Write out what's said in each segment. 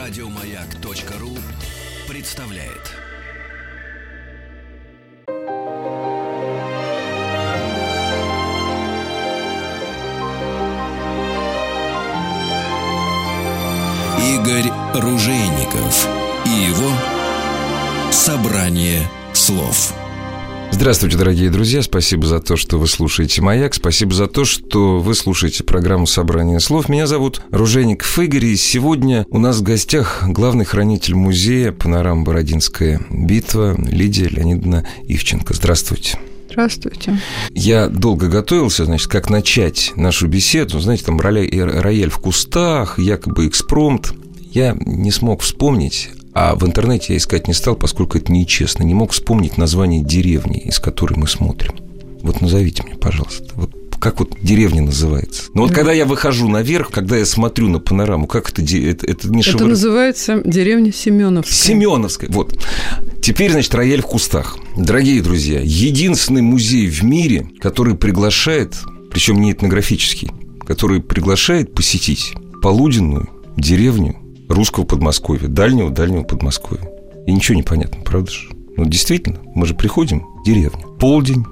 Радиомаяк.ру представляет. Игорь Ружейников и его собрание слов. Здравствуйте, дорогие друзья. Спасибо за то, что вы слушаете «Маяк». Спасибо за то, что вы слушаете программу «Собрание слов». Меня зовут Ружейников Игорь, и сегодня у нас в гостях главный хранитель музея «Панорама. Бородинская битва» Лидия Леонидовна Ивченко. Здравствуйте. Здравствуйте. Я долго готовился, значит, как начать нашу беседу. Знаете, там рояль в кустах, якобы экспромт. Я не смог вспомнить, а в интернете я искать не стал, поскольку это нечестно. Не мог вспомнить название деревни, из которой мы смотрим. Вот назовите мне, пожалуйста. Вот как вот деревня называется? Ну вот когда я выхожу наверх, когда я смотрю на панораму, как это не Это называется деревня Семеновская. Семеновская, вот. Теперь, значит, рояль в кустах. Дорогие друзья, единственный музей в мире, который приглашает, причем не этнографический, который приглашает посетить полуденную деревню русского Подмосковья, дальнего Подмосковья. И ничего не понятно, правда же? Ну, действительно, мы же приходим в деревню. Полдень,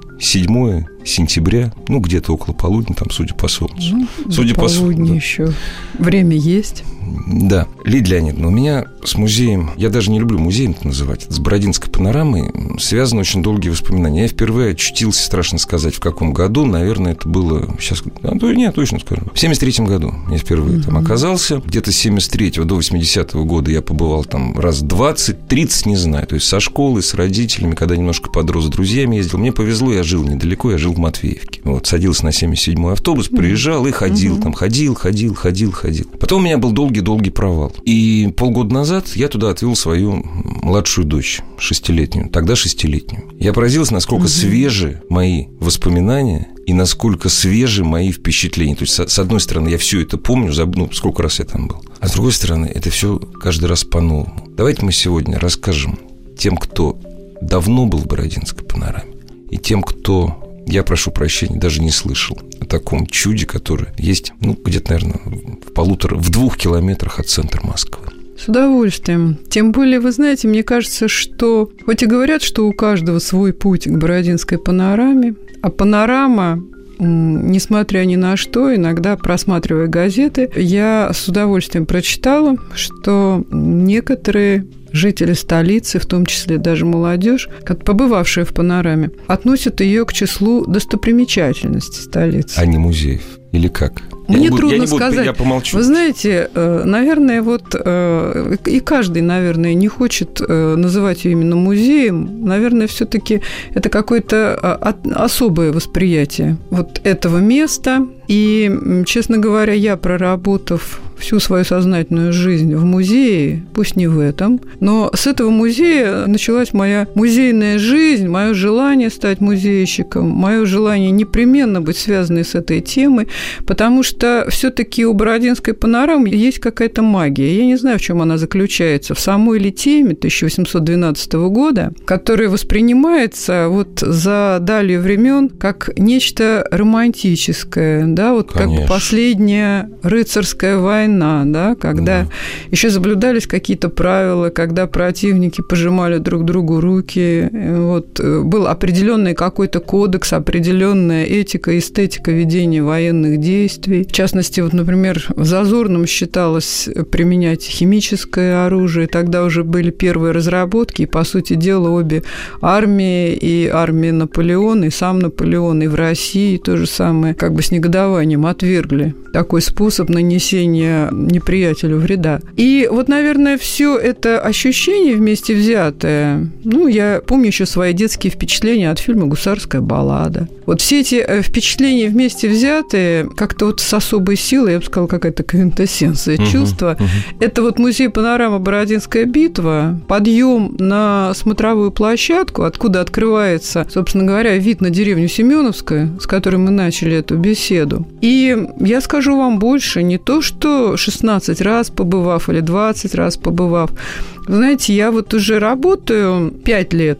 7 сентября, ну, где-то около полудня, там, судя по солнцу. Судя по полудню еще. Время есть. Да. Лидия Леонидовна, у меня с музеем, я даже не люблю музеем это называть, с Бородинской панорамой связаны очень долгие воспоминания. Я впервые очутился, страшно сказать, в каком году, наверное, это было, сейчас, нет, точно скажу, в 73-м году я впервые там оказался. Где-то с 73-го до 80-го года я побывал там раз 20-30, не знаю, то есть со школы, с родителями, когда немножко подрос, с друзьями ездил. Мне повезло, я жил недалеко, я жил в Матвеевке. Вот, садился на 77-й автобус, приезжал и ходил, там, ходил. Потом у меня был долгий провал. И полгода назад я туда отвел свою младшую дочь, 6-летнюю, тогда 6-летнюю. Я поразился, насколько свежи мои воспоминания и насколько свежи мои впечатления. То есть, с одной стороны, я все это помню, сколько раз я там был. А с другой стороны, это все каждый раз по-новому. Давайте мы сегодня расскажем тем, кто давно был в Бородинской панораме, и тем, кто, я прошу прощения, даже не слышал о таком чуде, которое есть, где-то, наверное, в 2 километрах от центра Москвы. С удовольствием. Тем более, вы знаете, мне кажется, что, хоть и говорят, что у каждого свой путь к Бородинской панораме, а панорама, несмотря ни на что, иногда, просматривая газеты, я с удовольствием прочитала, что некоторые жители столицы, в том числе даже молодежь, побывавшая в панораме, относят ее к числу достопримечательностей столицы. А не музеев? Или как? Мне трудно сказать. Я помолчу. Вы знаете, наверное, и каждый, наверное, не хочет называть ее именно музеем. Наверное, все-таки это какое-то особое восприятие вот этого места. И, честно говоря, я, проработав всю свою сознательную жизнь в музее, пусть не в этом, но с этого музея началась моя музейная жизнь, мое желание стать музейщиком, мое желание непременно быть связанной с этой темой, потому что все-таки у Бородинской панорамы есть какая-то магия. Я не знаю, в чем она заключается. В самой ли теме 1812 года, которая воспринимается вот за далью времен как нечто романтическое, да, вот как последняя рыцарская война, да, когда еще соблюдались какие-то правила, когда противники пожимали друг другу руки, вот, был определенный какой-то кодекс, определенная этика, эстетика ведения военных действий. В частности, вот, например, зазорным считалось применять химическое оружие, тогда уже были первые разработки, и, по сути дела, обе армии, и армия Наполеона, и сам Наполеон, и в России то же самое, как бы с негодованием отвергли такой способ нанесения неприятелю вреда. И вот, наверное, все это ощущение вместе взятое, я помню еще свои детские впечатления от фильма «Гусарская баллада». Вот все эти впечатления вместе взятые, как-то вот с особой силой, я бы сказала, какая-то квинтэссенция чувства. Это вот музей «Панорама. Бородинская битва», подъем на смотровую площадку, откуда открывается, собственно говоря, вид на деревню Семеновскую, с которой мы начали эту беседу. И я скажу вам больше, не то, что 16 раз побывав или 20 раз побывав. Знаете, я вот уже работаю 5 лет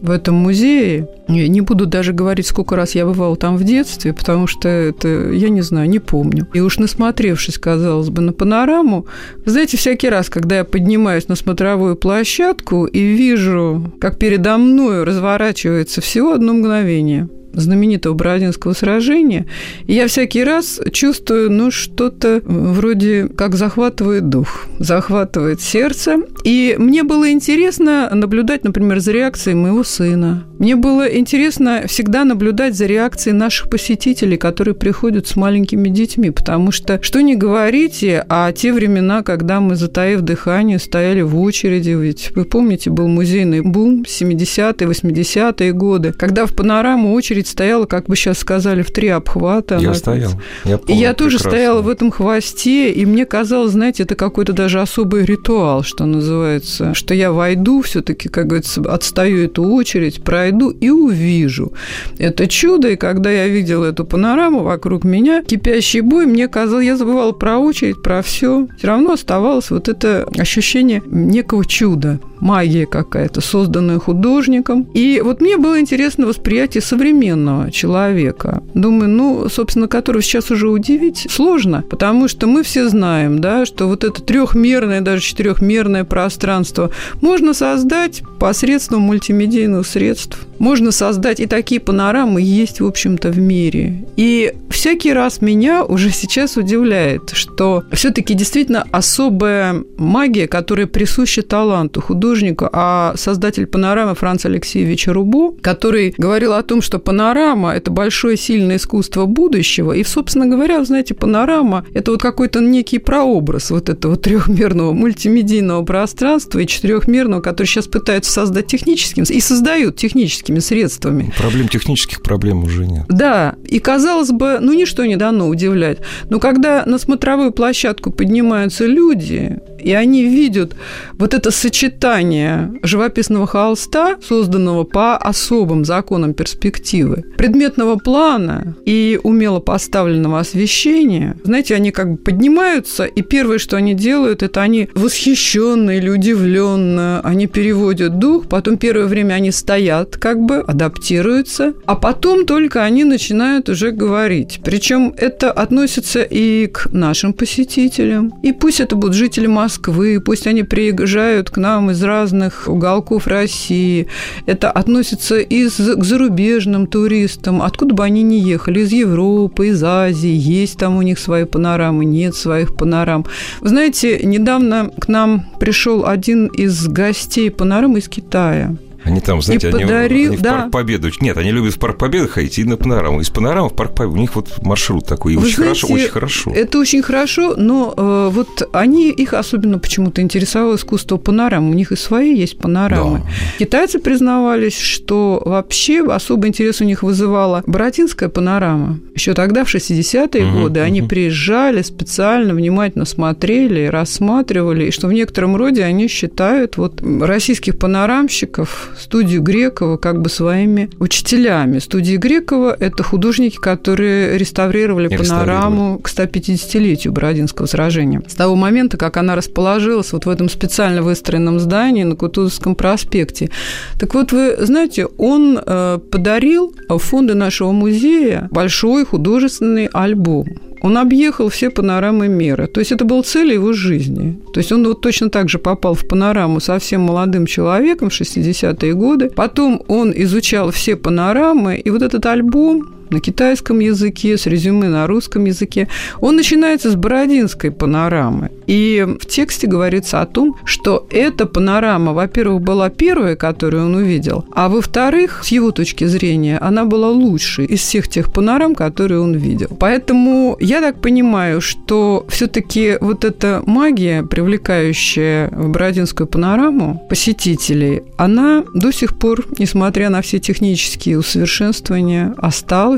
в этом музее. Я не буду даже говорить, сколько раз я бывала там в детстве, потому что это, я не знаю, не помню. И уж насмотревшись, казалось бы, на панораму, вы знаете, всякий раз, когда я поднимаюсь на смотровую площадку и вижу, как передо мною разворачивается всего одно мгновение знаменитого Бородинского сражения, и я всякий раз чувствую, что-то вроде как захватывает дух, захватывает сердце. И мне было интересно наблюдать, например, за реакцией моего сына. Мне было интересно всегда наблюдать за реакцией наших посетителей, которые приходят с маленькими детьми, потому что, что ни говорите, а те времена, когда мы, затаив дыхание, стояли в очереди, ведь вы помните, был музейный бум 70-е, 80-е годы, когда в панораму очередь стояла, как бы сейчас сказали, в 3 обхвата. Я стоял. И я тоже стояла в этом хвосте, и мне казалось, знаете, это какой-то даже особый ритуал, что называется, что я войду, все-таки, как говорится, отстаю эту очередь, пройду и увижу это чудо. И когда я видела эту панораму вокруг меня, кипящий бой, мне казалось, я забывала про очередь, про все. Все равно оставалось вот это ощущение некого чуда, магия какая-то, созданная художником. И вот мне было интересно восприятие современного человека. Думаю, собственно, которого сейчас уже удивить сложно, потому что мы все знаем, да, что вот это 3-мерное, даже 4-мерное пространство можно создать посредством мультимедийных средств. Можно создать, и такие панорамы есть, в общем-то, в мире. И всякий раз меня уже сейчас удивляет, что все-таки действительно особая магия, которая присуща таланту художника, а создатель панорамы Франц Алексеевич Рубо, который говорил о том, что панорама – это большое сильное искусство будущего, и, собственно говоря, вы знаете, панорама – это вот какой-то некий прообраз вот этого 3-мерного мультимедийного пространства и 4-мерного, который сейчас пытаются создать техническим, и создают техническими средствами. Технических проблем уже нет. Да, и, казалось бы, ничто не дано удивлять. Но когда на смотровую площадку поднимаются люди, и они видят вот это сочетание живописного холста, созданного по особым законам перспективы, предметного плана и умело поставленного освещения, знаете, они как бы поднимаются, и первое, что они делают, это они восхищенные или удивленные, они переводят дух, потом первое время они стоят, как бы адаптируются, а потом только они начинают уже говорить. Причем это относится и к нашим посетителям, и пусть это будут жители Москвы, пусть они приезжают к нам из разных уголков России, это относится и к зарубежным туристам, откуда бы они ни ехали, из Европы, из Азии, есть там у них свои панорамы, нет своих панорам. Вы знаете, недавно к нам пришел один из гостей панорамы из Китая. Они там, знаете, они в Парк Победы. Нет, они любят в Парк Победы ходить и на панораму. Из панорамы в Парк Победы. У них вот маршрут такой. И очень хорошо. Это очень хорошо, но вот их особенно почему-то интересовало искусство панорам. У них и свои есть панорамы. Да. Китайцы признавались, что вообще особый интерес у них вызывала Бородинская панорама. Еще тогда, в 60-е годы, они приезжали специально, внимательно смотрели, рассматривали, и что в некотором роде они считают вот российских панорамщиков, студию Грекова как бы своими учителями. Студия Грекова – это художники, которые реставрировали панораму к 150-летию Бородинского сражения. С того момента, как она расположилась вот в этом специально выстроенном здании на Кутузовском проспекте. Так вот, вы знаете, он подарил в фонды нашего музея большой художественный альбом. Он объехал все панорамы мира. То есть это была цель его жизни. То есть он вот точно так же попал в панораму совсем молодым человеком в 60-е годы. Потом он изучал все панорамы, и вот этот альбом на китайском языке, с резюме на русском языке, он начинается с Бородинской панорамы. И в тексте говорится о том, что эта панорама, во-первых, была первая, которую он увидел, а во-вторых, с его точки зрения, она была лучшей из всех тех панорам, которые он видел. Поэтому я так понимаю, что все-таки вот эта магия, привлекающая в Бородинскую панораму посетителей, она до сих пор, несмотря на все технические усовершенствования, осталась.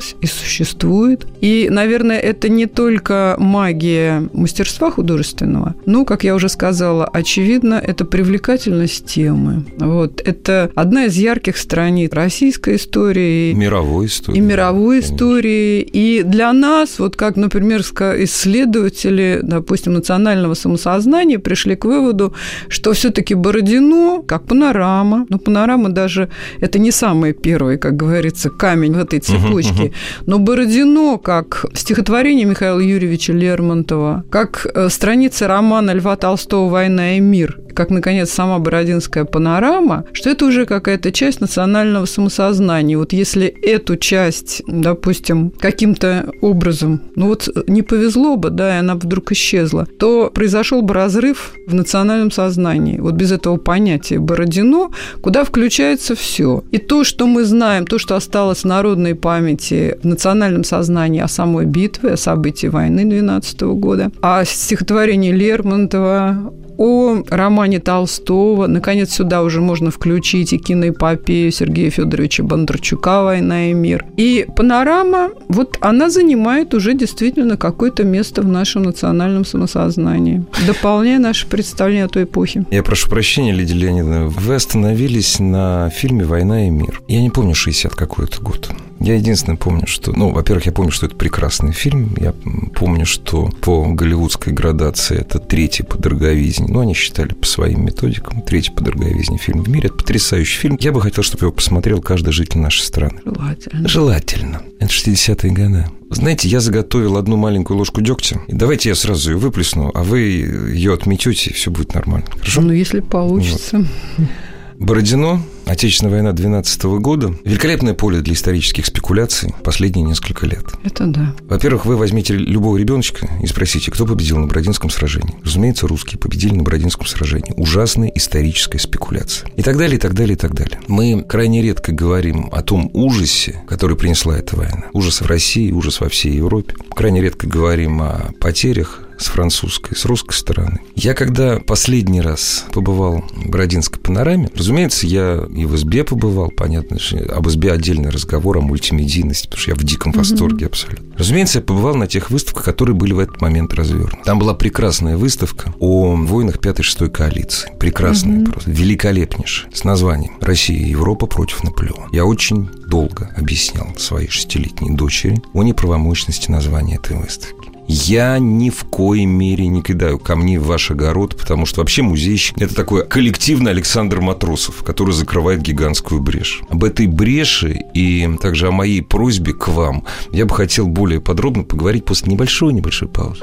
осталась и существует. И, наверное, это не только магия мастерства художественного, но, как я уже сказала, очевидно, это привлекательность темы. Вот. Это одна из ярких страниц российской истории. Мировой истории. И мировой истории. И для нас, вот как, например, исследователи, допустим, национального самосознания пришли к выводу, что все-таки Бородино, как панорама, но панорама даже это не самый первый, как говорится, камень в этой цепочке, но Бородино, как стихотворение Михаила Юрьевича Лермонтова, как страница романа Льва Толстого «Война и мир», как, наконец, сама бородинская панорама, что это уже какая-то часть национального самосознания. Вот если эту часть, допустим, каким-то образом, ну вот не повезло бы, да, и она вдруг исчезла, то произошел бы разрыв в национальном сознании. Вот без этого понятия Бородино, куда включается все. И то, что мы знаем, то, что осталось в народной памяти, в национальном сознании о самой битве, о событии войны 12 года, о стихотворении Лермонтова, о романе Толстого. Наконец, сюда уже можно включить и киноэпопею Сергея Федоровича Бондарчука «Война и мир». И панорама, вот она занимает уже действительно какое-то место в нашем национальном самосознании, дополняя наше представление о той эпохе. Я прошу прощения, Лидия Леонидовна, вы остановились на фильме «Война и мир». Я не помню 60 какой-то год. Я единственное помню, что... Ну, во-первых, я помню, что это прекрасный фильм. Я помню, что по голливудской градации это 3-й по дороговизне. Ну, они считали по своим методикам. 3-й по дороговизне фильм в мире. Это потрясающий фильм. Я бы хотел, чтобы его посмотрел каждый житель нашей страны. Желательно. Желательно. Это 60-е годы. Знаете, я заготовил одну маленькую ложку дегтя. И давайте я сразу ее выплесну, а вы ее отметете, и все будет нормально. Хорошо? Ну, если получится. Вот. Бородино, Отечественная война 12 года. Великолепное поле для исторических спекуляций последние несколько лет. Это да. Во-первых, вы возьмите любого ребеночка и спросите, кто победил на Бородинском сражении. Разумеется, русские победили на Бородинском сражении. Ужасная историческая спекуляция. И так далее, и так далее, и так далее. Мы крайне редко говорим о том ужасе, который принесла эта война. Ужас в России, ужас во всей Европе. Крайне редко говорим о потерях с французской, с русской стороны. Я когда последний раз побывал в Бородинской панораме, разумеется, я и в избе побывал, понятно, что об избе отдельный разговор, о мультимедийности, потому что я в диком восторге абсолютно. Разумеется, я побывал на тех выставках, которые были в этот момент развернуты. Там была прекрасная выставка о войнах 5-6 коалиции. Прекрасная просто, великолепнейшая, с названием «Россия и Европа против Наполеона». Я очень долго объяснял своей 6-летней дочери о неправомощности названия этой выставки. Я ни в коей мере не кидаю камни в ваш огород, потому что вообще музейщик – это такой коллективный Александр Матросов, который закрывает гигантскую брешь. Об этой бреши и также о моей просьбе к вам я бы хотел более подробно поговорить после небольшой паузы.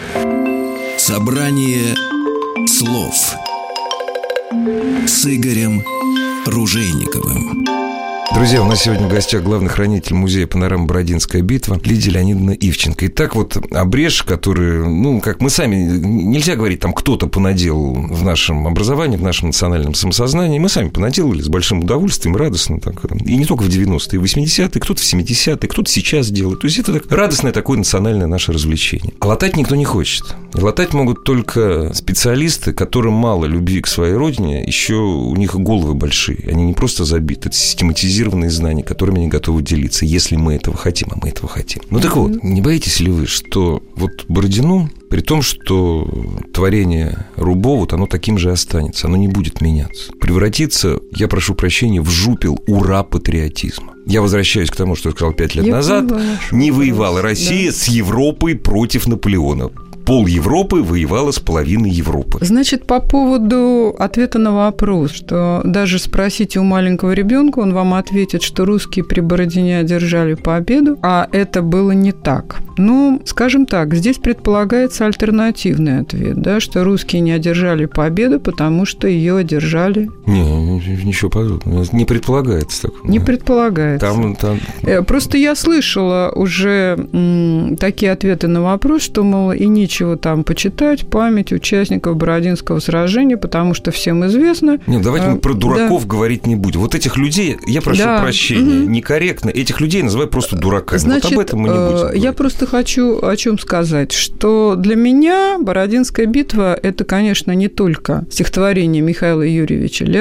Собрание слов с Игорем Ружейниковым. Друзья, у нас сегодня в гостях главный хранитель музея панорамы «Бородинская битва» Лидия Леонидовна Ивченко. Итак, вот о брешь, которые, ну, как мы сами, нельзя говорить, там кто-то понаделал в нашем образовании, в нашем национальном самосознании. Мы сами понаделали с большим удовольствием, радостно. Так, и не только в 90-е, в 80-е, кто-то в 70-е, кто-то сейчас делает. То есть это так, радостное такое национальное наше развлечение. А латать никто не хочет. И латать могут только специалисты, которым мало любви к своей родине, еще у них головы большие. Они не просто забиты, это систематизированные знания, которыми они готовы делиться, если мы этого хотим, а мы этого хотим. Ну так вот, не боитесь ли вы, что вот Бородино, при том, что творение Рубо, вот оно таким же останется, оно не будет меняться, превратится, я прошу прощения, в жупел ура-патриотизма. Я возвращаюсь к тому, что я сказал 5 лет назад. Не воевала Россия с Европой против Наполеона. Пол Европы воевала с половиной Европы. Значит, по поводу ответа на вопрос, что даже спросите у маленького ребенка, он вам ответит, что русские при Бородине одержали победу, а это было не так. Ну, скажем так, здесь предполагается альтернативный ответ, да, что русские не одержали победу, потому что ее одержали. Ничего подобного. Не предполагается так. Не предполагается. Там... Просто я слышала уже такие ответы на вопрос, что, мол, и нечего там почитать память участников Бородинского сражения, потому что всем известно... Нет, давайте мы про дураков говорить не будем. Вот этих людей, я прошу прощения, некорректно, этих людей называют просто дураками. Значит, вот об этом мы не будем говорить. Я просто хочу о чем сказать, что для меня Бородинская битва – это, конечно, не только стихотворение Михаила Юрьевича Лермонтова,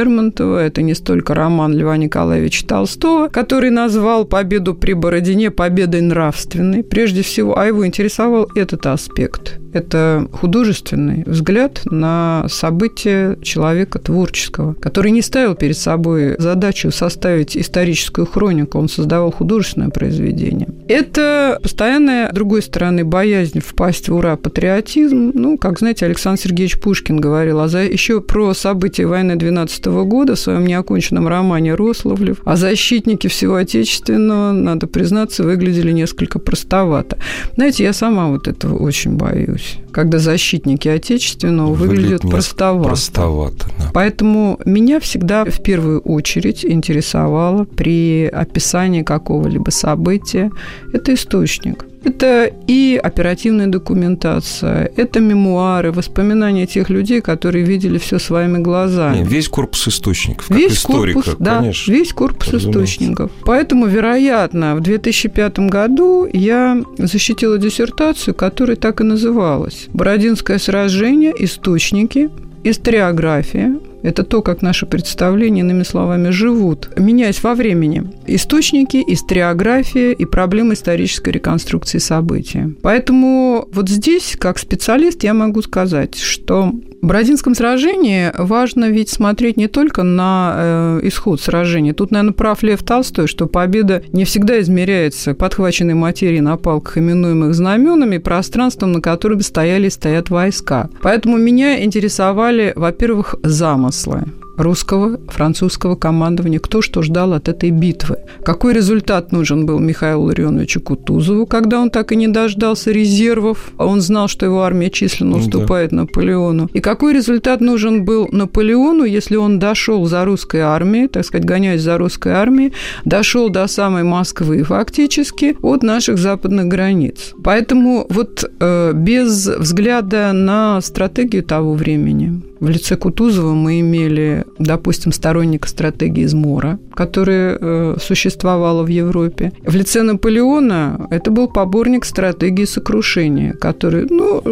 Кутузова, это не столько роман Льва Николаевича Толстого, который назвал победу при Бородине победой нравственной. Прежде всего, его интересовал этот аспект. Это художественный взгляд на события человека творческого, который не ставил перед собой задачу составить историческую хронику, он создавал художественное произведение. Это постоянная, с другой стороны, боязнь впасть в ура-патриотизм. Ну, как, знаете, Александр Сергеевич Пушкин говорил еще про события войны 12 года в своем неоконченном романе «Рославлев». А защитники всего отечественного, надо признаться, выглядели несколько простовато. Знаете, я сама вот этого очень боюсь, когда защитники отечественного выглядят простовато. Да. Поэтому меня всегда в первую очередь интересовало при описании какого-либо события это источник. Это и оперативная документация, это мемуары, воспоминания тех людей, которые видели все своими глазами. Нет, весь корпус источников, как весь историка, корпус, конечно. Да, весь корпус источников. Поэтому, вероятно, в 2005 году я защитила диссертацию, которая так и называлась «Бородинское сражение. Источники. Историография». Это то, как наши представления, иными словами, живут, меняясь во времени. Источники, историография и проблемы исторической реконструкции событий. Поэтому вот здесь, как специалист, я могу сказать, что в Бородинском сражении важно ведь смотреть не только на исход сражения. Тут, наверное, прав Лев Толстой, что победа не всегда измеряется подхваченной материей на палках, именуемых знаменами, пространством, на котором стояли и стоят войска. Поэтому меня интересовали, во-первых, замыслы русского, французского командования, кто что ждал от этой битвы. Какой результат нужен был Михаилу Ларионовичу Кутузову, когда он так и не дождался резервов, а он знал, что его армия численно уступает Наполеону. И какой результат нужен был Наполеону, если он дошел за русской армией, так сказать, гоняясь за русской армией, дошел до самой Москвы фактически от наших западных границ. Поэтому вот без взгляда на стратегию того времени, в лице Кутузова мы имели, допустим, сторонника стратегии Измора, которая существовала в Европе. В лице Наполеона это был поборник стратегии сокрушения, который,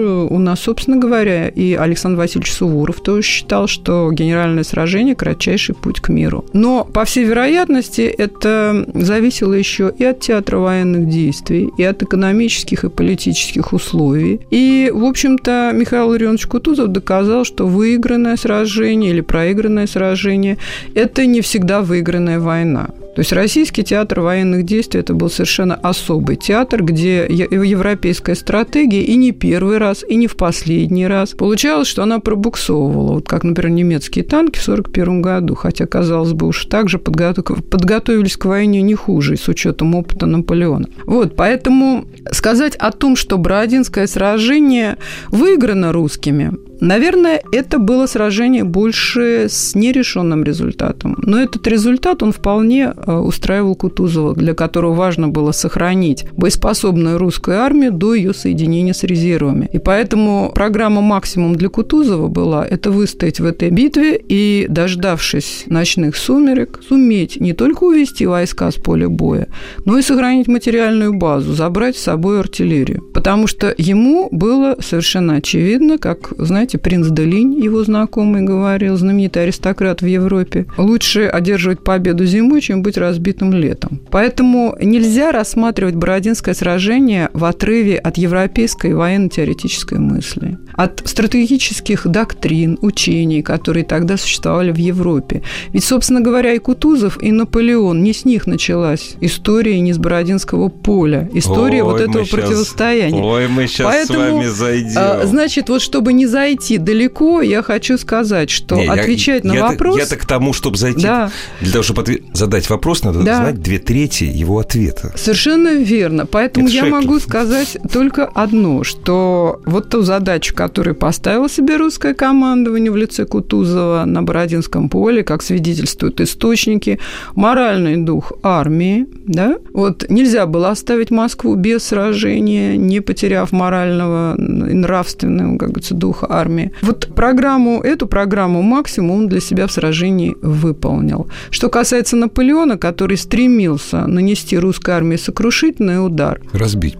у нас, собственно говоря, и Александр Васильевич Суворов тоже считал, что генеральное сражение – кратчайший путь к миру. Но, по всей вероятности, это зависело еще и от театра военных действий, и от экономических и политических условий. И, в общем-то, Михаил Ларионович Кутузов доказал, что выигранное сражение или проигранное сражение – это не всегда выигранная война. То есть российский театр военных действий – это был совершенно особый театр, где европейская стратегия и не первый раз, и не в последний раз получалось, что она пробуксовывала. Вот как, например, немецкие танки в 1941 году, хотя, казалось бы, уж так же подготовились к войне не хуже, с учетом опыта Наполеона. Вот, поэтому сказать о том, что Бородинское сражение выиграно русскими, наверное, это было сражение больше с нерешенным результатом. Но этот результат, он вполне устраивал Кутузова, для которого важно было сохранить боеспособную русскую армию до ее соединения с резервами. И поэтому программа «Максимум» для Кутузова была – это выстоять в этой битве и, дождавшись ночных сумерек, суметь не только увести войска с поля боя, но и сохранить материальную базу, забрать с собой артиллерию. Потому что ему было совершенно очевидно, как, знаете, принц де Линь, его знакомый, говорил, знаменитый аристократ в Европе, лучше одерживать победу зимой, чем быть разбитым летом. Поэтому нельзя рассматривать Бородинское сражение в отрыве от европейской военно-теоретической мысли, от стратегических доктрин, учений, которые тогда существовали в Европе. Ведь, собственно говоря, и Кутузов, и Наполеон, не с них началась история, не с Бородинского поля. История этого противостояния. Мы сейчас с вами зайдем. Значит, вот чтобы не зайти далеко, я хочу сказать, что отвечать на вопрос... Я-то к тому, чтобы зайти... Да. Для того, чтобы задать вопрос, надо знать 2/3 его ответа. Совершенно верно. Поэтому я могу сказать только одно, что вот ту задачу, которую поставило себе русское командование в лице Кутузова на Бородинском поле, как свидетельствуют источники, моральный дух армии, да, вот нельзя было оставить Москву без сражения, не потеряв морального и нравственного, как говорится, духа армии. Вот эту программу «Максимум» он для себя в сражении выполнил. Что касается Наполеона, который стремился нанести русской армии сокрушительный удар. Разбить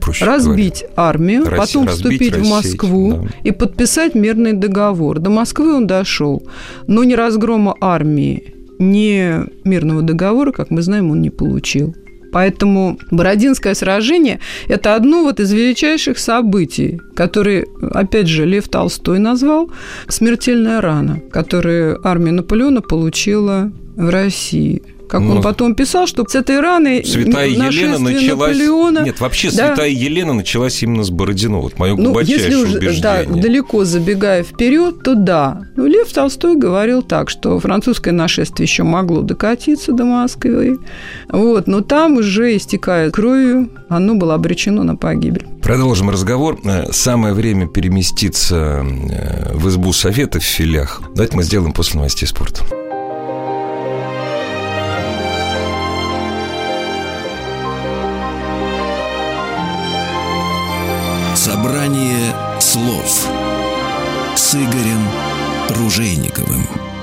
армию, потом вступить в Москву и подписать мирный договор. До Москвы он дошел, но ни разгрома армии, ни мирного договора, как мы знаем, он не получил. Поэтому Бородинское сражение – это одно вот из величайших событий, которые, опять же, Лев Толстой назвал «смертельная рана», которую армия Наполеона получила в России. Как он потом писал, что с этой раны Святая Елена началась... Наполеона... Нет, вообще Святая Елена началась именно с Бородино. Вот мое глубочайшее убеждение. Если да, далеко забегая вперед, то да. Но Лев Толстой говорил так, что французское нашествие еще могло докатиться до Москвы. Вот, но там уже, истекая кровью, оно было обречено на погибель. Продолжим разговор. Самое время переместиться в избу Совета в Филях. Давайте мы сделаем после новостей спорта. Собрание слов с Игорем Ружейниковым.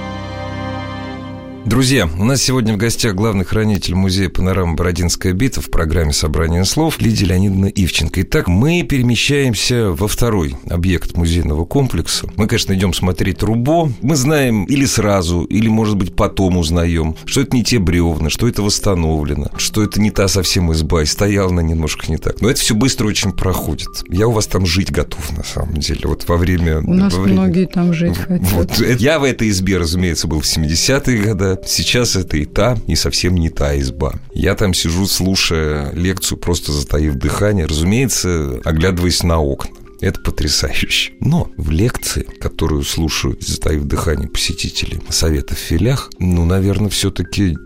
Друзья, у нас сегодня в гостях главный хранитель музея панорамы «Бородинская битва» в программе «Собрание слов» Лидия Леонидовна Ивченко. Итак, мы перемещаемся во второй объект музейного комплекса. Мы, конечно, идем смотреть Рубо. Мы знаем или сразу, или, может быть, потом узнаем, что это не те бревна, что это восстановлено, что это не та совсем изба, и стояла она немножко не так. Но это все быстро очень проходит. Я у вас там жить готов, на самом деле. Вот во время... У нас многие там жить хотят. Вот. Я в этой избе, разумеется, был в 70-е годы. Сейчас это и та, и совсем не та изба. Я там сижу, слушая лекцию, просто затаив дыхание, разумеется, оглядываясь на окна. Это потрясающе. Но в лекции, которую слушают, затаив дыхание, посетители Совета в Филях, наверное, все-таки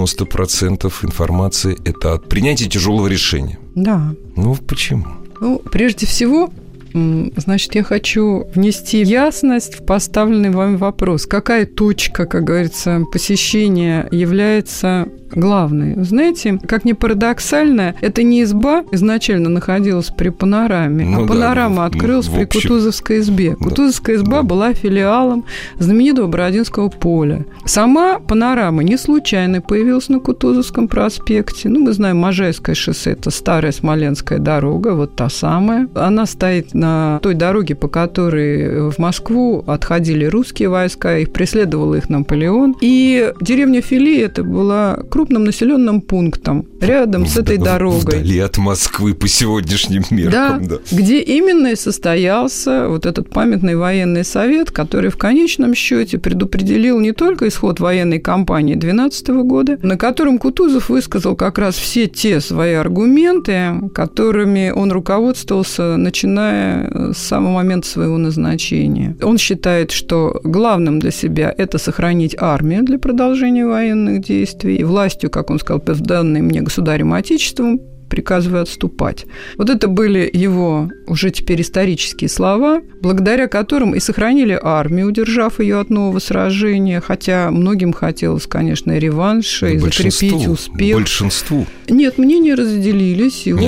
90% информации – это от принятия тяжелого решения. Да. Почему? Прежде всего... Значит, я хочу внести ясность в поставленный вами вопрос. Какая точка, как говорится, посещения является главной? Вы знаете, как ни парадоксально, это не изба изначально находилась при панораме, а панорама открылась при Кутузовской избе. Кутузовская изба была филиалом знаменитого Бородинского поля. Сама панорама не случайно появилась на Кутузовском проспекте. Мы знаем, Можайское шоссе – это старая Смоленская дорога, вот та самая. Она стоит на той дороге, по которой в Москву отходили русские войска, их преследовал их Наполеон. И деревня Фили – это была крупным населенным пунктом рядом с этой дорогой. Вдали от Москвы по сегодняшним меркам. Да, где именно и состоялся вот этот памятный военный совет, который в конечном счете предопределил не только исход военной кампании 12 года, на котором Кутузов высказал как раз все те свои аргументы, которыми он руководствовался, начиная с самого момента своего назначения. Он считает, что главным для себя это сохранить армию для продолжения военных действий, и властью, как он сказал, данной мне государем Отечеством, приказывая отступать. Вот это были его уже теперь исторические слова, благодаря которым и сохранили армию, удержав ее от нового сражения, хотя многим хотелось, конечно, и реванша, и закрепить успех. Большинству. Нет, мнения разделились, и, в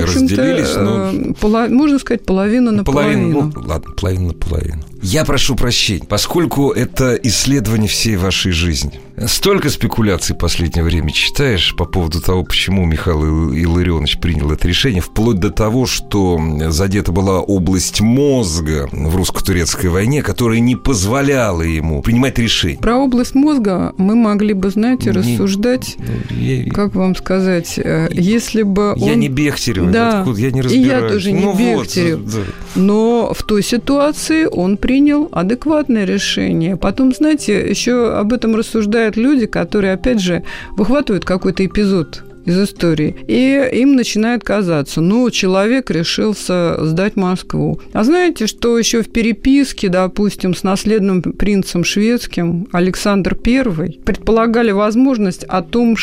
общем-то, можно сказать, половина на половину. Ладно, половина на половину. Я прошу прощения, поскольку это исследование всей вашей жизни. Столько спекуляций в последнее время читаешь по поводу того, почему Михаил Илларионович принял это решение, вплоть до того, что задета была область мозга в русско-турецкой войне, которая не позволяла ему принимать решения. Про область мозга мы могли бы, знаете, рассуждать, как вам сказать, если бы он... Я не Бехтерев, да, я не разбираюсь. И я тоже не Бехтерев. Вот, да. Но в той ситуации он принял адекватное решение. Потом, знаете, еще об этом рассуждают люди, которые, опять же, выхватывают какой-то эпизод из истории, и им начинает казаться, человек решился сдать Москву. А знаете, что еще в переписке, допустим, с наследным принцем шведским Александр I предполагали возможность о том,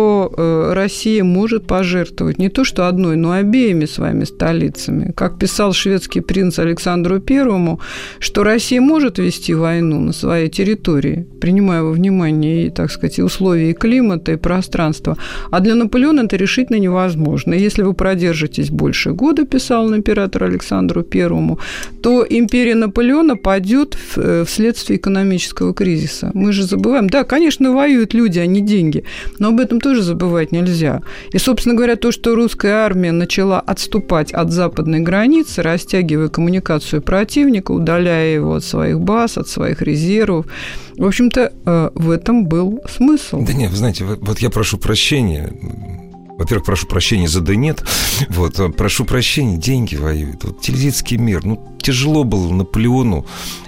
что Россия может пожертвовать не то что одной, но обеими своими столицами. Как писал шведский принц Александру I, что Россия может вести войну на своей территории, принимая во внимание, так сказать, и условия и климата, и пространства, а для Наполеона это решительно невозможно. Если вы продержитесь больше года, писал император Александру I, то империя Наполеона падет вследствие экономического кризиса. Мы же забываем, да, конечно, воюют люди, а не деньги, но об этом тоже забывать нельзя. И, собственно говоря, то, что русская армия начала отступать от западной границы, растягивая коммуникацию противника, удаляя его от своих баз, от своих резервов, В общем-то, в этом был смысл. Да нет, вы знаете, вот я прошу прощения. Во-первых, прошу прощения за «да нет». Вот, прошу прощения, деньги воюют. Вот телевизионный мир. Тяжело было Наполеону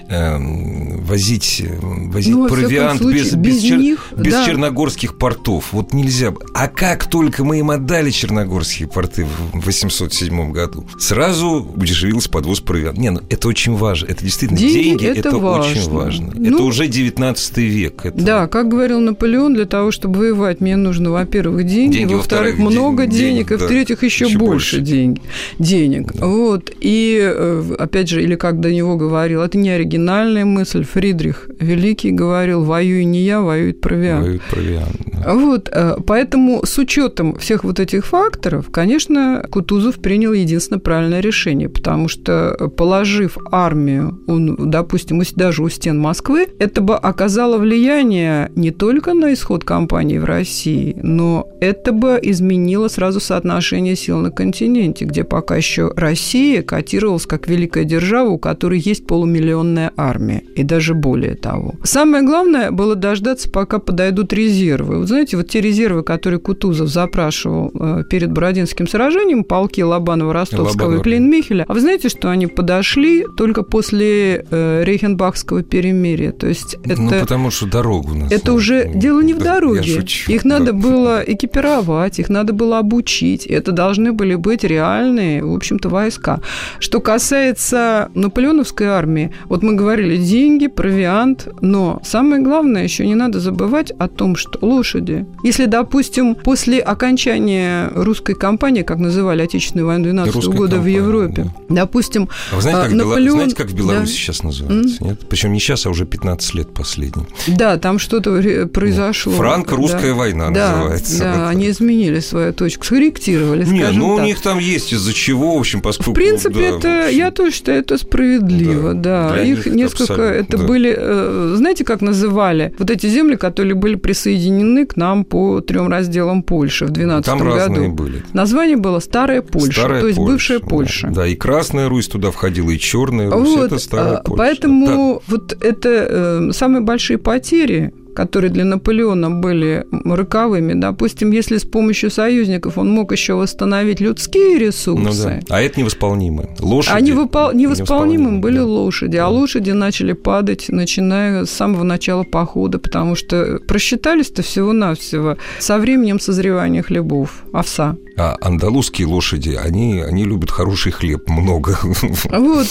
возить провиант без черногорских портов. Вот нельзя. А как только мы им отдали черногорские порты в 807 году, сразу удешевился подвоз провианта. Это очень важно. Это действительно деньги это очень важно. Это уже 19 век. Да, как говорил Наполеон, для того, чтобы воевать, мне нужно, во-первых, деньги, во-вторых, много денег, и в-третьих, еще больше денег. Вот. И, опять же, или как до него говорил, это не оригинальная мысль, Фридрих Великий говорил: воюй не я, воюет провиант. Воюет провиант, да. Вот. Поэтому с учетом всех вот этих факторов, конечно, Кутузов принял единственно правильное решение, потому что, положив армию, допустим, даже у стен Москвы, это бы оказало влияние не только на исход кампании в России, но это бы изменило сразу соотношение сил на континенте, где пока еще Россия котировалась как великая держава, у которой есть полумиллионная армия, и даже более того. Самое главное было дождаться, пока подойдут резервы. Вот знаете, вот те резервы, которые Кутузов запрашивал перед Бородинским сражением, полки Лобанова, Ростовского и Клейн-Михеля, а вы знаете, что они подошли только после Рейхенбахского перемирия? То есть это... потому что дорогу у нас... Это уже дело не в дороге. Их надо было экипировать, их надо было обучить. Это должны были быть реальные, в общем-то, войска. Что касается наполеоновской армии, вот мы говорили, деньги, провиант, но самое главное, еще не надо забывать о том, что лошади. Если, допустим, после окончания русской кампании, как называли Отечественную войну 12 года в Европе, да. Допустим, вы знаете, Наполеон... знаете, как в Беларуси сейчас называется? Нет? Причем не сейчас, а уже 15 лет последний. Да, там что-то произошло. Франко-русская война называется. Да, они изменили свою точку, скорректировали, скажем так. У них там есть из-за чего, в общем, поскольку... В принципе, я тоже считаю, это справедливо, да. Их несколько... Это были... Знаете, как называли? Вот эти земли, которые были присоединены к нам по 3 разделам Польши в 12 году. Там разные были. Название было «Старая Польша», то есть бывшая Польша. Да, и Красная Русь туда входила, и Черная Русь, это Старая Польша. Поэтому вот это самые большие потери, которые для Наполеона были роковыми. Допустим, если с помощью союзников он мог еще восстановить людские ресурсы. А это невосполнимо. Лошади. Невосполнимым были лошади. А лошади начали падать, начиная с самого начала похода, потому что просчитались-то всего-навсего со временем созревания хлебов, овса. А андалузские лошади, они любят хороший хлеб, много. Вот,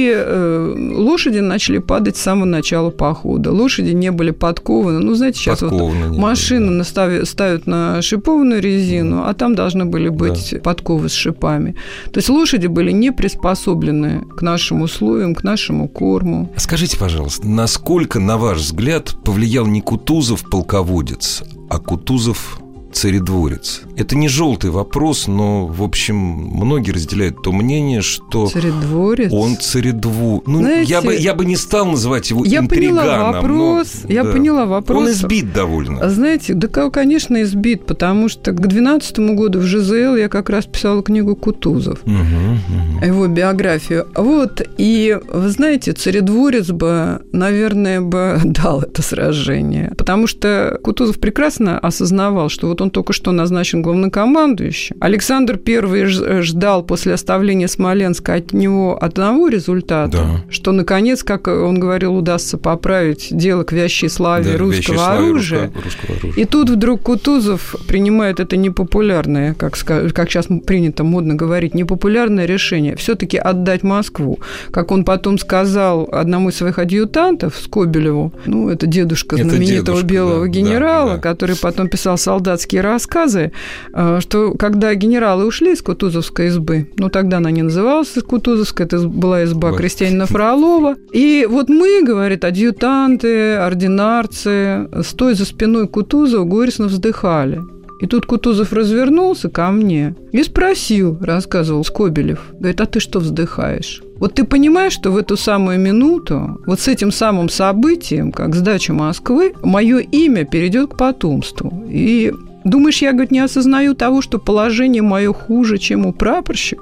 и лошади начали падать с самого начала похода. Лошади не были подкованы. Знаете, сейчас машины ставят на шипованную резину, а там должны были быть подковы с шипами. То есть лошади были не приспособлены к нашим условиям, к нашему корму. Скажите, пожалуйста, насколько, на ваш взгляд, повлиял не Кутузов полководец, а Кутузов царедворец? Это не желтый вопрос, но, в общем, многие разделяют то мнение, что царедворец? Он царедворец. Знаете, я бы не стал называть его интриганом. Я поняла вопрос. Он избит довольно. Знаете, конечно, избит, потому что к 12 году в ЖЗЛ я как раз писала книгу Кутузов, его биографию. Вот, и, вы знаете, царедворец бы, наверное, дал это сражение, потому что Кутузов прекрасно осознавал, что вот он только что назначен главнокомандующим. Александр I ждал после оставления Смоленска от него одного результата, что, наконец, как он говорил, удастся поправить дело к вящей славе русского оружия. И тут вдруг Кутузов принимает это непопулярное, как сейчас принято модно говорить, непопулярное решение все-таки отдать Москву. Как он потом сказал одному из своих адъютантов, Скобелеву, это дедушка знаменитого белого генерала, который потом писал солдатские рассказы, что когда генералы ушли из Кутузовской избы, тогда она не называлась Кутузовской, это была изба крестьянина Фролова, и вот мы, говорит, адъютанты, ординарцы, стоя за спиной Кутузова, горестно вздыхали. И тут Кутузов развернулся ко мне и спросил, рассказывал Скобелев, говорит, а ты что вздыхаешь? Вот ты понимаешь, что в эту самую минуту, вот с этим самым событием, как сдача Москвы, мое имя перейдет к потомству. И думаешь, я, говорит, не осознаю того, что положение мое хуже, чем у прапорщика?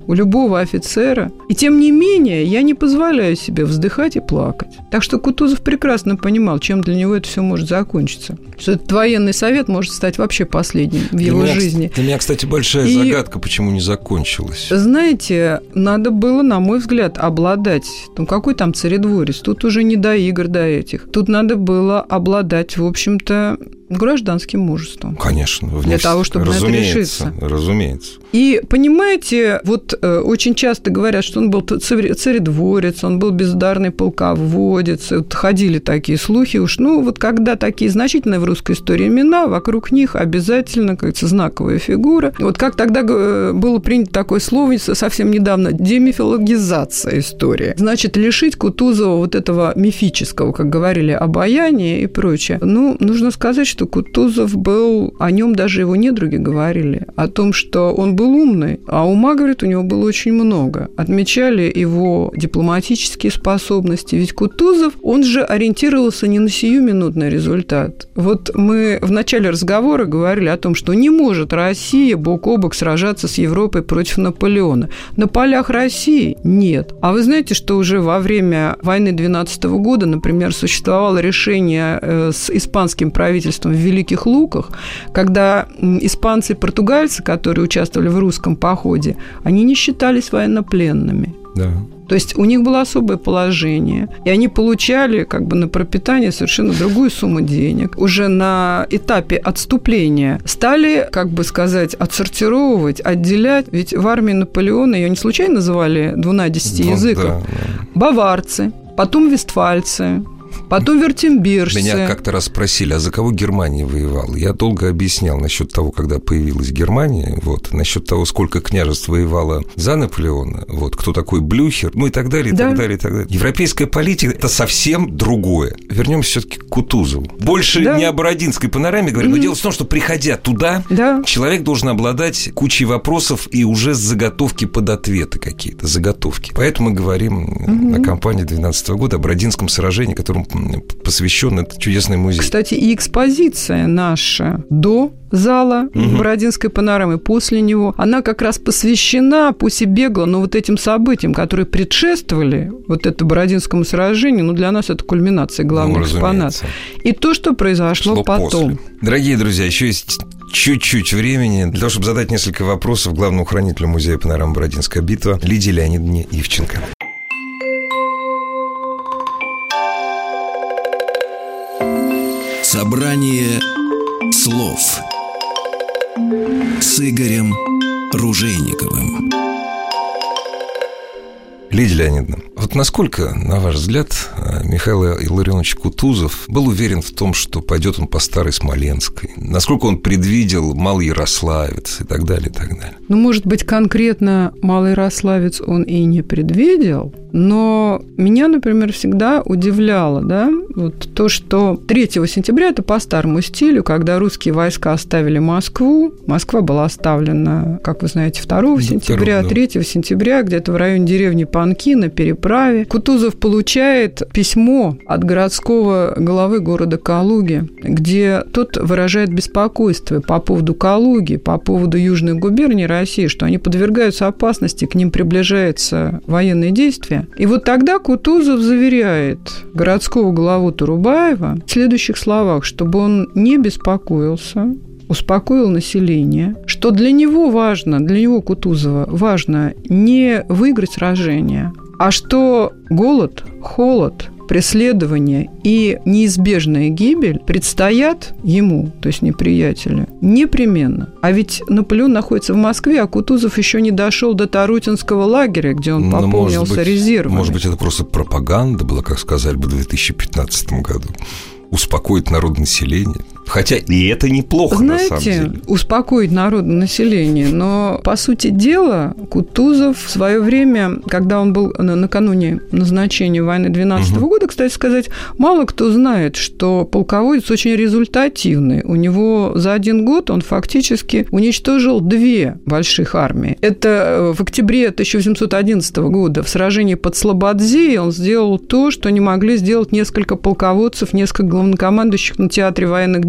у любого офицера. И тем не менее, я не позволяю себе вздыхать и плакать. Так что Кутузов прекрасно понимал, чем для него это все может закончиться. Что этот военный совет может стать вообще последним в его жизни. Для меня, кстати, большая загадка, почему не закончилось. Знаете, надо было, на мой взгляд, обладать... Ну, какой там царедворец? Тут уже не до игр, до этих. Тут надо было обладать, в общем-то, гражданским мужеством. Конечно. Для того, чтобы на это решиться. Разумеется. И, понимаете, вот очень часто говорят, что он был царедворец, он был бездарный полководец. Вот ходили такие слухи уж. Ну, вот когда такие значительные в русской истории имена, вокруг них обязательно, как говорится, знаковая фигура. Вот как тогда было принято такое слово совсем недавно – демифологизация истории. Значит, лишить Кутузова вот этого мифического, как говорили, обаяния и прочее. Ну, нужно сказать, что Кутузов был, о нем даже его недруги говорили, о том, что он был умный, а ума, говорит, у него было очень много. Отмечали его дипломатические способности. Ведь Кутузов, он же ориентировался не на сиюминутный результат. Вот мы в начале разговора говорили о том, что не может Россия бок о бок сражаться с Европой против Наполеона. На полях России нет. А вы знаете, что уже во время войны 12 года, например, существовало решение с испанским правительством в Великих Луках, когда испанцы и португальцы, которые участвовали в русском походе, они не считались военнопленными. Да. То есть у них было особое положение, и они получали как бы на пропитание совершенно другую сумму денег. Уже на этапе отступления стали, как бы сказать, отсортировывать, отделять. Ведь в армии Наполеона ее не случайно называли 12 языков. Да. Баварцы, потом вестфальцы, потом вюртембержцы. Меня как-то раз спросили, а за кого Германия воевала? Я долго объяснял насчет того, когда появилась Германия, вот, насчет того, сколько княжеств воевало за Наполеона, вот, кто такой Блюхер, ну и так далее, и так далее, и так далее. Европейская политика – это совсем другое. Вернемся все-таки к Кутузову. Больше не о Бородинской панораме говорим, но дело в том, что, приходя туда, человек должен обладать кучей вопросов и уже заготовки под ответы какие-то, заготовки. Поэтому мы говорим на кампании 12 года о Бородинском сражении, которому посвящен этот чудесный музей. Кстати, и экспозиция наша до зала Бородинской панорамы, после него, она как раз посвящена, пусть и бегло, но вот этим событиям, которые предшествовали вот этому Бородинскому сражению, ну, для нас это кульминация главных экспонатов. И то, что произошло потом. После. Дорогие друзья, еще есть чуть-чуть времени для того, чтобы задать несколько вопросов главному хранителю музея панорамы «Бородинская битва» Лидии Леонидовне Ивченко. Собрание слов с Игорем Ружейниковым. Лидия Леонидовна, вот насколько, на ваш взгляд, Михаил Илларионович Кутузов был уверен в том, что пойдет он по Старой Смоленской? Насколько он предвидел Малоярославец и так далее, и так далее? Ну, может быть, конкретно Малоярославец он и не предвидел, но меня, например, всегда удивляло, да, вот то, что 3 сентября, это по старому стилю, когда русские войска оставили Москву, Москва была оставлена, как вы знаете, 2 сентября, 3 сентября, где-то в районе деревни Панки на переправе. Кутузов получает письмо от городского главы города Калуги, где тот выражает беспокойство по поводу Калуги, по поводу южных губерний России, что они подвергаются опасности, к ним приближаются военные действия. И вот тогда Кутузов заверяет городского главу Турубаева в следующих словах, чтобы он не беспокоился, успокоил население, что для него важно, для него, Кутузова, важно не выиграть сражение, а что голод, холод, преследование и неизбежная гибель предстоят ему, то есть неприятелю, непременно. А ведь Наполеон находится в Москве, а Кутузов еще не дошел до Тарутинского лагеря, где он пополнился резервами. Может быть, это просто пропаганда была, как сказали бы в 2015 году. Успокоить народное население. Хотя и это неплохо, знаете, на самом деле. Успокоить народное население, но, по сути дела, Кутузов в свое время, когда он был накануне назначения войны 12 года, кстати сказать, мало кто знает, что полководец очень результативный. У него за 1 год он фактически уничтожил 2 больших армии. Это в октябре 1811 года в сражении под Слободзей он сделал то, что не могли сделать несколько полководцев, несколько главнокомандующих на театре военных действий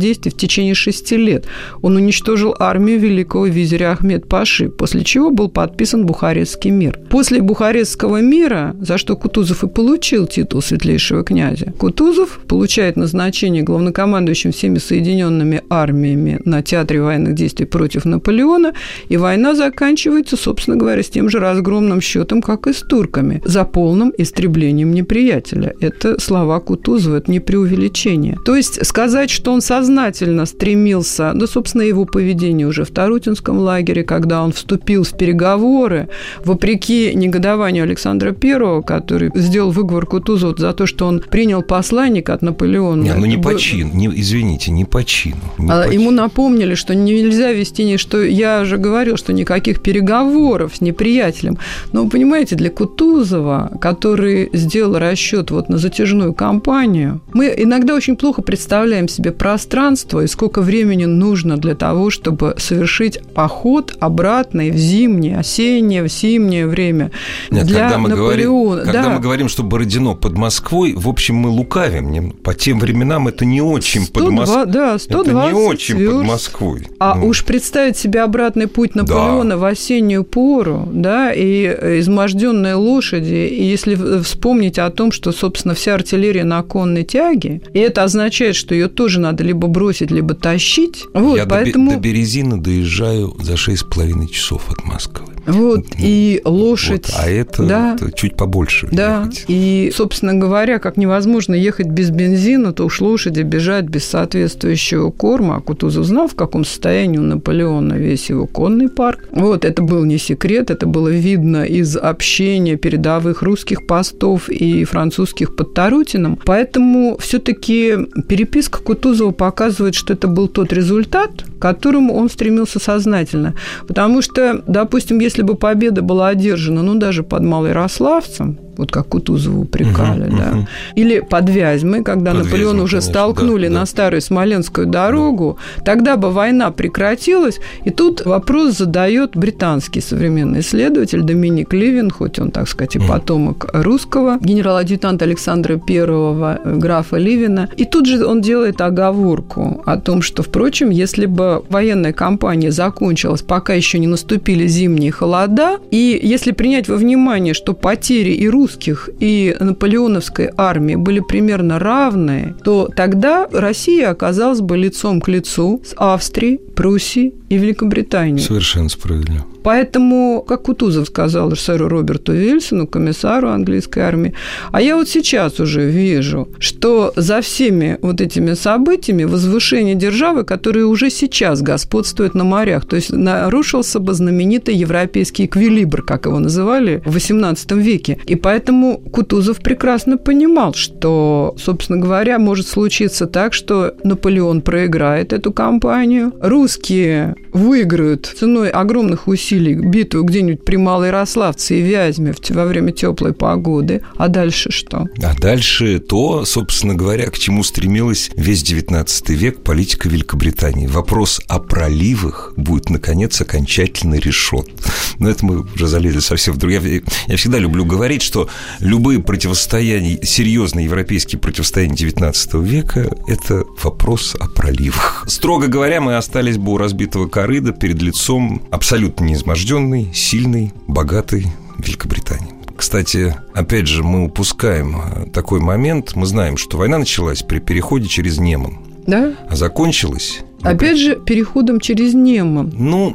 действий в течение 6 лет. Он уничтожил армию великого визиря Ахмед-Паши, после чего был подписан Бухарестский мир. После Бухарестского мира, за что Кутузов и получил титул светлейшего князя, Кутузов получает назначение главнокомандующим всеми соединенными армиями на театре военных действий против Наполеона, и война заканчивается, собственно говоря, с тем же разгромным счетом, как и с турками, за полным истреблением неприятеля. Это слова Кутузова, это не преувеличение. То есть сказать, что он сознательно стремился, да, собственно, его поведение уже в Тарутинском лагере, когда он вступил в переговоры, вопреки негодованию Александра I, который сделал выговор Кутузову за то, что он принял посланника от Наполеона. Не по чину, извините, не по чину. Ему напомнили, что нельзя вести, что я же говорил, что никаких переговоров с неприятелем. Но, понимаете, для Кутузова, который сделал расчет вот на затяжную кампанию, мы иногда очень плохо представляем себе пространство и сколько времени нужно для того, чтобы совершить поход обратно в зимнее, осеннее, в зимнее время. Нет, для когда Наполеона. Когда мы говорим, что Бородино под Москвой, в общем, мы лукавим. По тем временам это не очень под Москвой. Да, 120 это не очень верст. Под Москвой. Уж представить себе обратный путь Наполеона в осеннюю пору, да, и изможденные лошади, и если вспомнить о том, что, собственно, вся артиллерия на конной тяге, и это означает, что ее тоже надо либо бросить, либо тащить. Вот, я поэтому... до Березина доезжаю за 6,5 часов от Москвы. Вот, и лошадь... Вот, а это чуть побольше ехать. И, собственно говоря, как невозможно ехать без бензина, то уж лошади бежать без соответствующего корма. А Кутузов знал, в каком состоянии у Наполеона весь его конный парк. Вот, это был не секрет, это было видно из общения передовых русских постов и французских под Тарутиным. Поэтому все-таки переписка Кутузова показывает, что это был тот результат, к которому он стремился сознательно. Потому что, допустим, если бы победа была одержана, даже под Малоярославцем, вот как Кутузову упрекали, да, или под Вязьмой, когда Наполеона уже столкнули на старую Смоленскую дорогу, тогда бы война прекратилась, и тут вопрос задает британский современный исследователь Доминик Ливин, хоть он, так сказать, и потомок русского генерал-адъютанта Александра I, графа Ливина, и тут же он делает оговорку о том, что, впрочем, если бы военная кампания закончилась, пока еще не наступили зимние холода, и если принять во внимание, что потери и русских, и наполеоновской армии были примерно равные, то тогда Россия оказалась бы лицом к лицу с Австрией, Пруссией и Великобританией. Совершенно справедливо. Поэтому, как Кутузов сказал сэру Роберту Вильсону, комиссару английской армии, а я вот сейчас уже вижу, что за всеми вот этими событиями возвышение державы, которая уже сейчас господствует на морях, то есть нарушился бы знаменитый европейский эквилибр, как его называли в XVIII веке. И поэтому Кутузов прекрасно понимал, что, собственно говоря, может случиться так, что Наполеон проиграет эту кампанию, русские выиграют ценой огромных усилий битву где-нибудь при Малоярославце и Вязьме во время теплой погоды. А дальше что? А дальше то, собственно говоря, к чему стремилась весь XIX век политика Великобритании. Вопрос о проливах будет, наконец, окончательно решен. Но это мы уже залезли совсем в другие. Я всегда люблю говорить, что любые противостояния, серьезные европейские противостояния XIX века – это вопрос о проливах. Строго говоря, мы остались бы у разбитого корыта перед лицом абсолютно неизможденной, сильной, богатой Великобритании. Кстати, опять же, мы упускаем такой момент. Мы знаем, что война началась при переходе через Неман. Да? А закончилась... Опять же, переходом через Неман.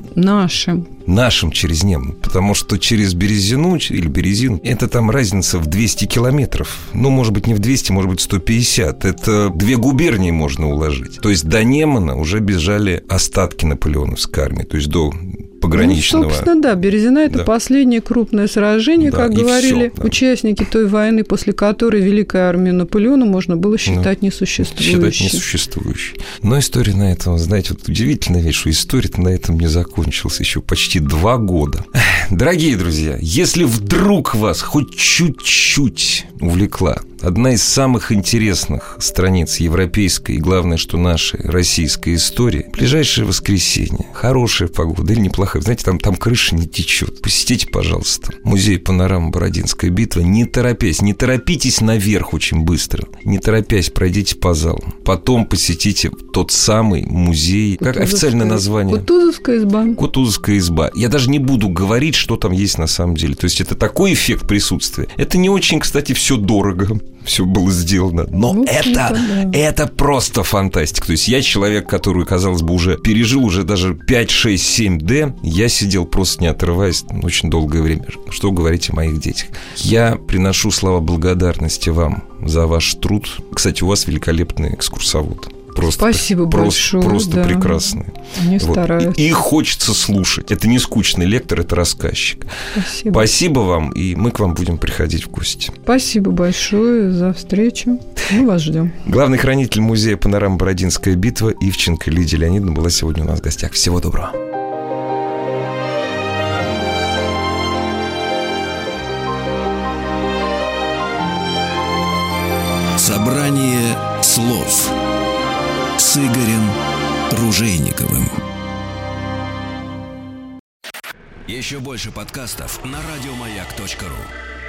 Нашим через Неман. Потому что через Березину или Березину, это там разница в 200 километров. Может быть, не в 200, может быть, 150. Это 2 губернии можно уложить. То есть до Немана уже бежали остатки наполеоновской армии. То есть до пограничного... собственно, да, Березина – это последнее крупное сражение, как говорили участники той войны, после которой Великая армия Наполеона можно было считать несуществующей. Но история на этом, знаете, вот удивительная вещь, что история-то на этом не закончилась еще почти 2 года. Дорогие друзья, если вдруг вас хоть чуть-чуть увлекла одна из самых интересных страниц европейской и, главное, что нашей российской истории. Ближайшее воскресенье. Хорошая погода или неплохая. Знаете, там крыша не течет. Посетите, пожалуйста, музей панорамы «Бородинская битва». Не торопясь, не торопитесь наверх очень быстро. Не торопясь, пройдите по залу. Потом посетите тот самый музей. Как официальное название? Кутузовская изба. Кутузовская изба. Я даже не буду говорить, что там есть на самом деле. То есть это такой эффект присутствия. Это не очень, кстати, все дорого. Все было сделано. Но это просто фантастика. То есть я человек, который, казалось бы, уже пережил уже даже 5, 6, 7D. Я сидел просто не отрываясь очень долгое время. Что говорить о моих детях? Я приношу слова благодарности вам за ваш труд. Кстати, у вас великолепный экскурсовод. Спасибо большое. Просто прекрасный. Они стараются. И хочется слушать. Это не скучный лектор, это рассказчик. Спасибо вам, и мы к вам будем приходить в гости. Спасибо большое за встречу. Мы вас ждем. Главный хранитель музея панорамы «Бородинская битва» Ивченко Лидия Леонидовна была сегодня у нас в гостях. Всего доброго. Собрание слов с Игорем Ружейниковым. Еще больше подкастов на радиомаяк.ру.